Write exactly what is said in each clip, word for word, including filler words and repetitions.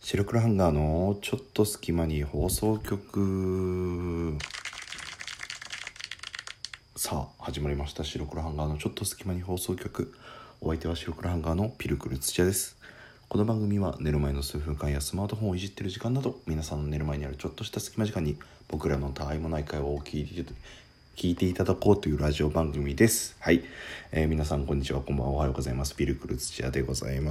白黒ハンガーのちょっと隙間に放送局。さあ始まりました。白黒ハンガーのちょっと隙間に放送局。お相手は白黒ハンガーのピルクル土屋です。この番組は寝る前の数分間やスマートフォンをいじってる時間など、皆さんの寝る前にあるちょっとした隙間時間に僕らのたわいもない会話を聞いて聞いていただこうというラジオ番組です。はい、えー、皆さんこんにちは、こんばんは、おはようございます。ピルクル土屋でございます。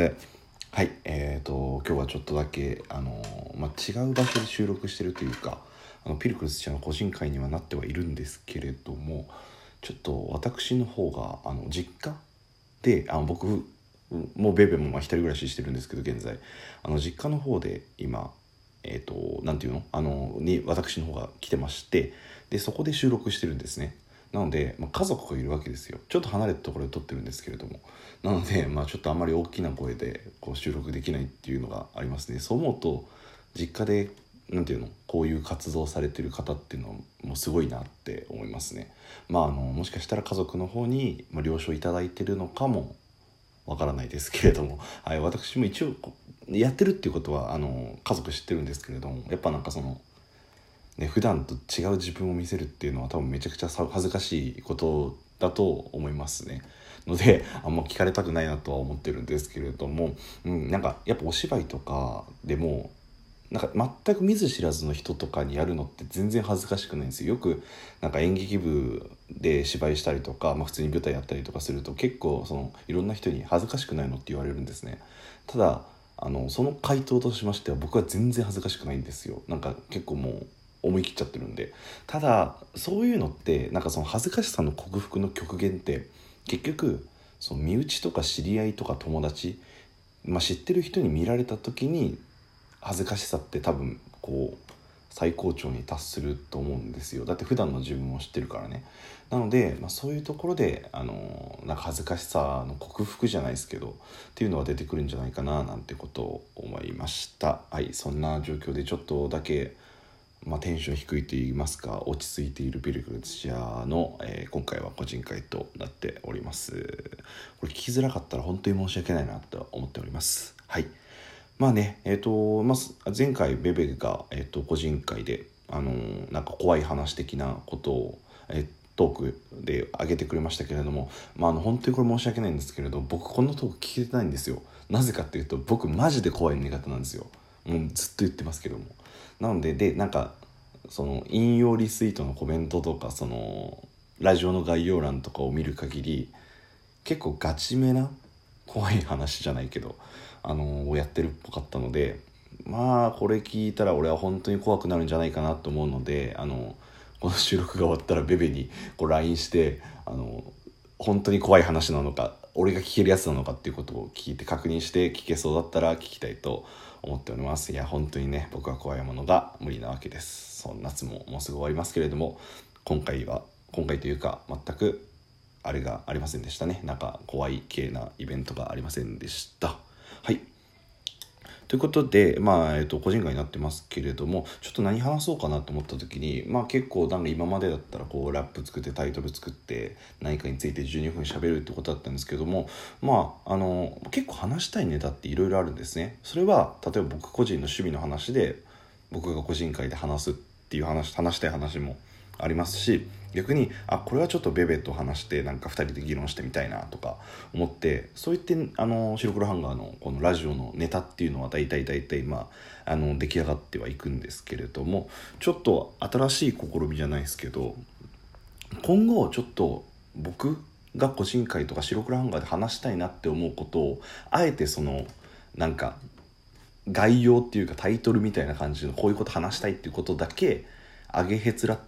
はい、えーと今日はちょっとだけあの、まあ、違う場所で収録してるというか、あのピルクル土屋の個人会にはなってはいるんですけれども、ちょっと私の方があの実家で、あの僕もうベベもまあ一人暮らししてるんですけど、現在あの実家の方で今えっ、となんていうのあのに私の方が来てまして、でそこで収録してるんですね。なので、まあ、家族がいるわけですよ。ちょっと離れたところで撮ってるんですけれども、なので、まあ、ちょっとあんまり大きな声でこう収録できないっていうのがありますね。そう思うと実家でなんていうのこういう活動されてる方っていうのもすごいなって思いますね。まああのもしかしたら家族の方に了承いただいてるのかもわからないですけれども、はい、私も一応やってるっていうことはあの家族知ってるんですけれども、やっぱなんかそのね、普段と違う自分を見せるっていうのは多分めちゃくちゃ恥ずかしいことだと思いますね。のであんま聞かれたくないなとは思ってるんですけれども、うん、なんかやっぱお芝居とかでもなんか全く見ず知らずの人とかにやるのって全然恥ずかしくないんですよ。よくなんか演劇部で芝居したりとか、まあ、普通に舞台やったりとかすると結構そのいろんな人に恥ずかしくないのって言われるんですね。ただあのその回答としましては僕は全然恥ずかしくないんですよ。なんか結構もう思い切っちゃってるんで。ただそういうのってなんかその恥ずかしさの克服の極限って結局その身内とか知り合いとか友達、まあ、知ってる人に見られた時に恥ずかしさって多分こう最高潮に達すると思うんですよ。だって普段の自分を知ってるからね。なので、まあ、そういうところであのなんか恥ずかしさの克服じゃないですけどっていうのは出てくるんじゃないかななんてことを思いました。はい、そんな状況でちょっとだけまあ、テンション低いと言いますか落ち着いているピルクル土屋の、えー、今回は個人会となっております。これ聞きづらかったら本当に申し訳ないなと思っております。はい、まあねえっ、ー、と、まあ、前回ベベが、えー、と個人会であのー、なんか怖い話的なことを、えートークで上げてくれましたけれども、まあ、あの本当にこれ申し訳ないんですけれど、僕このトーク聞けてないんですよ。なぜかっていうと僕マジで怖い苦手なんですよ。もうずっと言ってますけども。なのででなんかその引用リツイートのコメントとかそのラジオの概要欄とかを見る限り結構ガチめな怖い話じゃないけどあのー、やってるっぽかったので、まあこれ聞いたら俺は本当に怖くなるんじゃないかなと思うので、あのこの収録が終わったらベベにこう ライン してあの本当に怖い話なのか俺が聞けるやつなのかっていうことを聞いて確認して聞けそうだったら聞きたいと思っております。いや本当にね僕は怖いものが無理なわけです。その夏ももうすぐ終わりますけれども、今回は今回というか全くあれがありませんでしたね。なんか怖い系なイベントがありませんでした。はい、ということで、まあえー、と個人会になってますけれども、ちょっと何話そうかなと思った時に、まあ、結構なんか今までだったらこうラップ作ってタイトル作って何かについてじゅうにふん喋るってことだったんですけども、まあ、あの結構話したいネタっていろいろあるんですね。それは例えば僕個人の趣味の話で僕が個人会で話すっていう話話したい話もありますし、逆にあこれはちょっとベベと話してなんかふたりで議論してみたいなとか思って、そういってあの白黒ハンガーのこのラジオのネタっていうのは大体大体まああの出来上がってはいくんですけれども、ちょっと新しい試みじゃないですけど、今後ちょっと僕が個人会とか白黒ハンガーで話したいなって思うことをあえてそのなんか概要っていうかタイトルみたいな感じのこういうこと話したいっていうことだけ上げへつらって、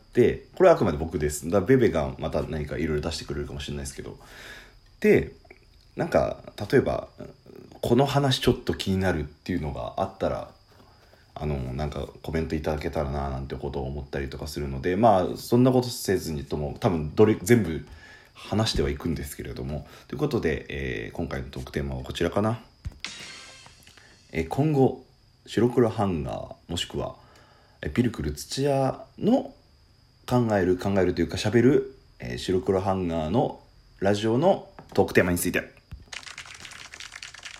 これはあくまで僕です。だからベベがまた何かいろいろ出してくれるかもしれないですけど、でなんか例えばこの話ちょっと気になるっていうのがあったらあのなんかコメントいただけたらななんてことを思ったりとかするので、まあそんなことせずにとも多分どれ全部話してはいくんですけれども、ということで、えー、今回のトークテーマはこちらかな。えー、今後白黒ハンガーもしくはピルクル土屋の考える考えるというか喋る、えー、白黒ハンガーのラジオのトークテーマについてっ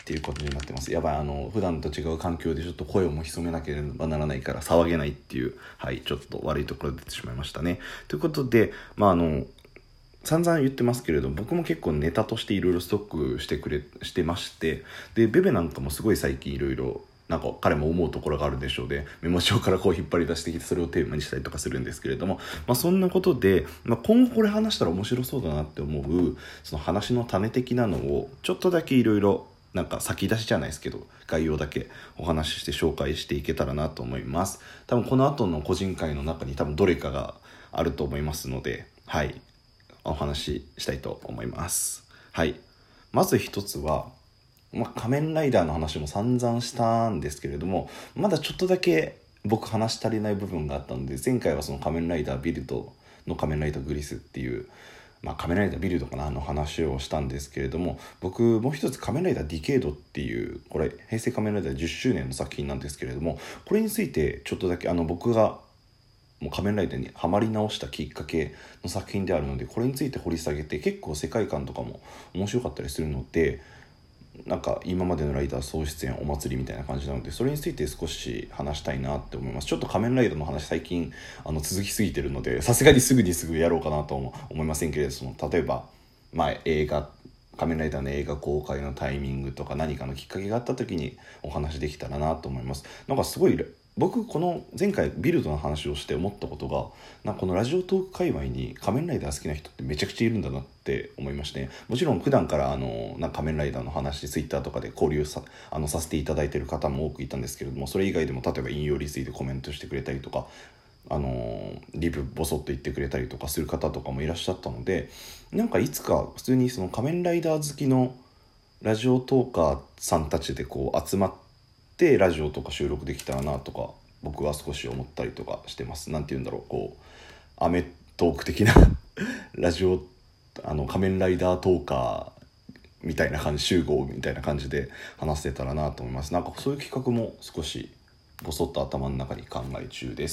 っていうことになってます。やばい、あの普段と違う環境でちょっと声をも潜めなければならないから騒げないっていう、はいちょっと悪いところ出てしまいましたね。ということで、まああの散々言ってますけれど、僕も結構ネタとしていろいろストックしてくれしてまして、でベベなんかもすごい最近いろいろなんか彼も思うところがあるでしょうで、メモ帳からこう引っ張り出してきてそれをテーマにしたりとかするんですけれども、まあ、そんなことで、まあ、今後これ話したら面白そうだなって思うその話の種的なのをちょっとだけいろいろなんか先出しじゃないですけど概要だけお話しして紹介していけたらなと思います。多分この後の個人会の中に多分どれかがあると思いますので、はいお話ししたいと思います。はい、まず一つは、まあ、仮面ライダーの話も散々したんですけれども、まだちょっとだけ僕話し足りない部分があったので、前回はその仮面ライダービルドの仮面ライダーグリスっていう、まあ、仮面ライダービルドかなの話をしたんですけれども、僕もう一つ仮面ライダーディケイドっていうこれ平成仮面ライダーじゅっしゅうねんの作品なんですけれども、これについてちょっとだけあの僕がもう仮面ライダーにハマり直したきっかけの作品であるので、これについて掘り下げて結構世界観とかも面白かったりするので、なんか今までのライダー総出演お祭りみたいな感じなので、それについて少し話したいなって思います。ちょっと仮面ライダーの話最近あの続きすぎてるので、さすがにすぐにすぐやろうかなとも思いませんけれど、その例えば、まあ、映画仮面ライダーの映画公開のタイミングとか何かのきっかけがあった時にお話できたらなと思います。なんかすごい僕この前回ビルドの話をして思ったことが、なんかこのラジオトーク界隈に仮面ライダー好きな人ってめちゃくちゃいるんだなって思いましてね。もちろん普段からあのなんか仮面ライダーの話ツイッターとかで交流さあのさせていただいている方も多くいたんですけれども、それ以外でも例えば引用リツイートでコメントしてくれたりとか、あのリプボソッと言ってくれたりとかする方とかもいらっしゃったので、なんかいつか普通にその仮面ライダー好きのラジオトーカーさんたちでこう集まってラジオとか収録できたらなとか僕は少し思ったりとかしてます。なんて言うんだろう、こうアメトーク的なラジオあの仮面ライダートーカーみたいな感じ、集合みたいな感じで話せたらなと思います。なんかそういう企画も少しぼそっと頭の中に考え中です。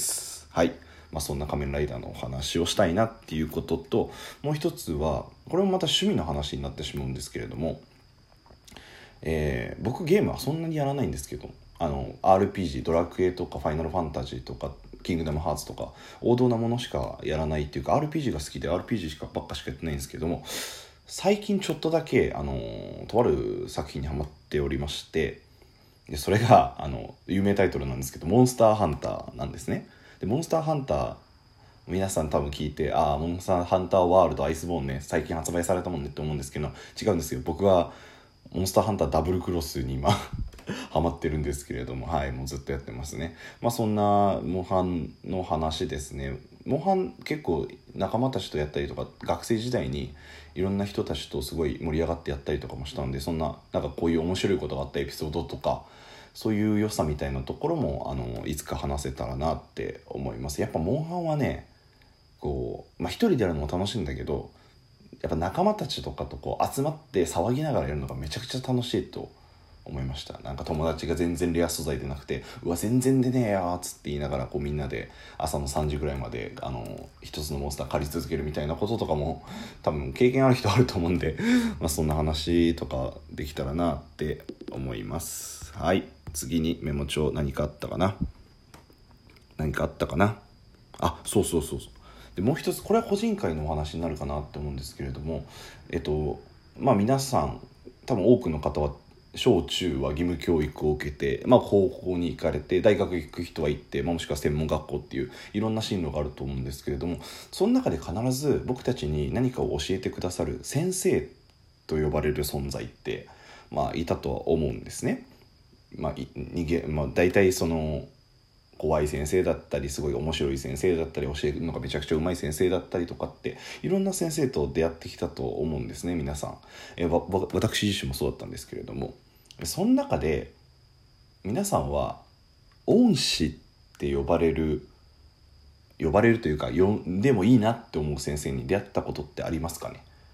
はい、まあ、そんな仮面ライダーのお話をしたいなっていうことと、もう一つはこれもまた趣味の話になってしまうんですけれども、えー、僕ゲームはそんなにやらないんですけど、あの アールピージー ドラクエとかファイナルファンタジーとかキングダムハーツとか王道なものしかやらないっていうか、 アールピージー が好きで アールピージー しかばっかしかやってないんですけども、最近ちょっとだけあのとある作品にハマっておりまして、でそれがあの有名タイトルなんですけどモンスターハンターなんですね。でモンスターハンター皆さん多分聞いて、ああモンスターハンターワールドアイスボーンね最近発売されたもんねって思うんですけど、違うんですよ。僕はモンスターハンターダブルクロスに今ハマってるんですけれども、はいもうずっとやってますね。まあそんなモンハンの話ですね。モンハン結構仲間たちとやったりとか、学生時代にいろんな人たちとすごい盛り上がってやったりとかもしたんで、そんななんかこういう面白いことがあったエピソードとかそういう良さみたいなところもあのいつか話せたらなって思います。やっぱモンハンはね、こうまあ一人でやるのも楽しいんだけど、やっぱ仲間たちとかとこう集まって騒ぎながらやるのがめちゃくちゃ楽しいと思いました。なんか友達が全然レア素材でなくて、うわ全然出ねえよっつって言いながらこうみんなで朝のさんじぐらいまであの一つのモンスター借り続けるみたいなこととかも多分経験ある人あると思うんでまあそんな話とかできたらなって思います。はい、次にメモ帳何かあったかな何かあったかなあ、そうそうそうそうでもう一つ、これは個人会のお話になるかなって思うんですけれども、えっとまあ皆さん多分多くの方は小中は義務教育を受けて、まあ、高校に行かれて大学行く人は行って、まあ、もしくは専門学校っていういろんな進路があると思うんですけれども、その中で必ず僕たちに何かを教えてくださる先生と呼ばれる存在って、まあ、いたとは思うんですね。まあ逃げまあ、大体その怖い先生だったりすごい面白い先生だったり教えるのがめちゃくちゃうまい先生だったりとかっていろんな先生と出会ってきたと思うんですね、皆さん。えわわ私自身もそうだったんですけれども、その中で皆さんは恩師って呼ばれる呼ばれるというか呼んでもいいなって思う先生に出会ったことってありますかね。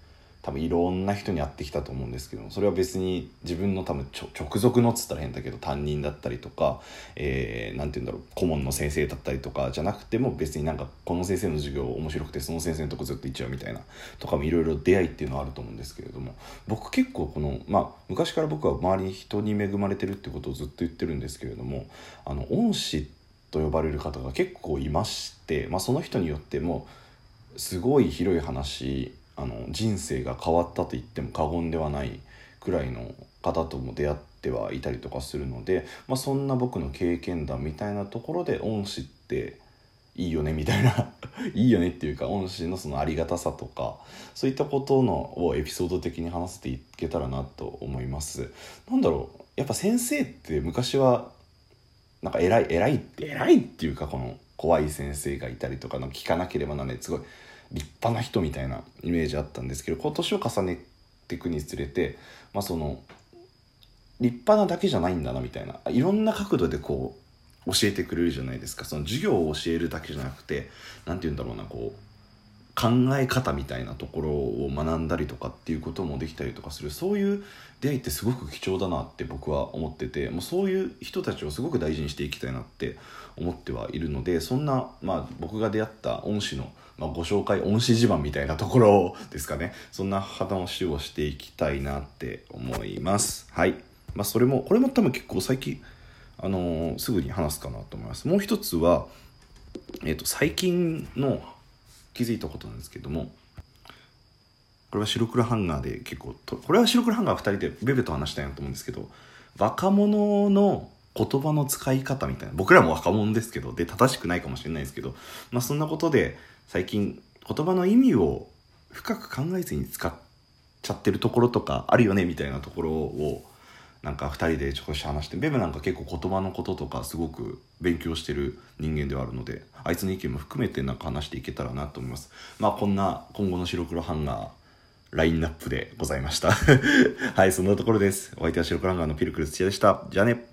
多分いろんな人に会ってきたと思うんですけども、それは別に自分の多分ちょ直属のっつったら変だけど担任だったりとか、えー、なんて言うんだろう顧問の先生だったりとかじゃなくても、別になんかこの先生の授業面白くてその先生のとこずっと行っちゃうみたいなとかもいろいろ出会いっていうのはあると思うんですけれども、僕結構このまあ昔から僕は周りに人に恵まれてるってことをずっと言ってるんですけれども、あの恩師と呼ばれる方が結構いまして、まあ、その人によってもすごい広い話、あの人生が変わったと言っても過言ではないくらいの方とも出会ってはいたりとかするので、まあ、そんな僕の経験談みたいなところで恩師っていいよねみたいないいよねっていうか、恩師のそのありがたさとかそういったことのをエピソード的に話していけたらなと思います。なんだろう、やっぱ先生って昔はなんか偉い偉いって偉いっていうか、この怖い先生がいたりとかの聞かなければならないすごい立派な人みたいなイメージあったんですけど、今年を重ねていくにつれて、まあ、その立派なだけじゃないんだなみたいな、いろんな角度でこう教えてくれるじゃないですか。その授業を教えるだけじゃなくて、なんて言うんだろうな、こう考え方みたいなところを学んだりとかっていうこともできたりとかする、そういう出会いってすごく貴重だなって僕は思ってて、もうそういう人たちをすごく大事にしていきたいなって思ってはいるので、そんな、まあ、僕が出会った恩師の、まあ、ご紹介恩師自慢みたいなところですかね、そんな話をしていきたいなって思います。はい、まあ、それもこれも多分結構最近、あのー、すぐに話すかなと思います。もう一つは、えーと、最近の気づいたことなんですけども、これは白黒ハンガーで結構とこれは白黒ハンガーふたりでベベと話したいなと思うんですけど、若者の言葉の使い方みたいな、僕らも若者ですけどで正しくないかもしれないですけど、まあ、そんなことで最近言葉の意味を深く考えずに使っちゃってるところとかあるよねみたいなところをなんかふたりでちょっと話して、ベベなんか結構言葉のこととかすごく勉強してる人間ではあるので、あいつの意見も含めてなんか話していけたらなと思います。まあこんな今後の白黒ハンガーラインナップでございましたはい、そんなところです。お相手は白黒ハンガーのピルクル土屋でした。じゃあね。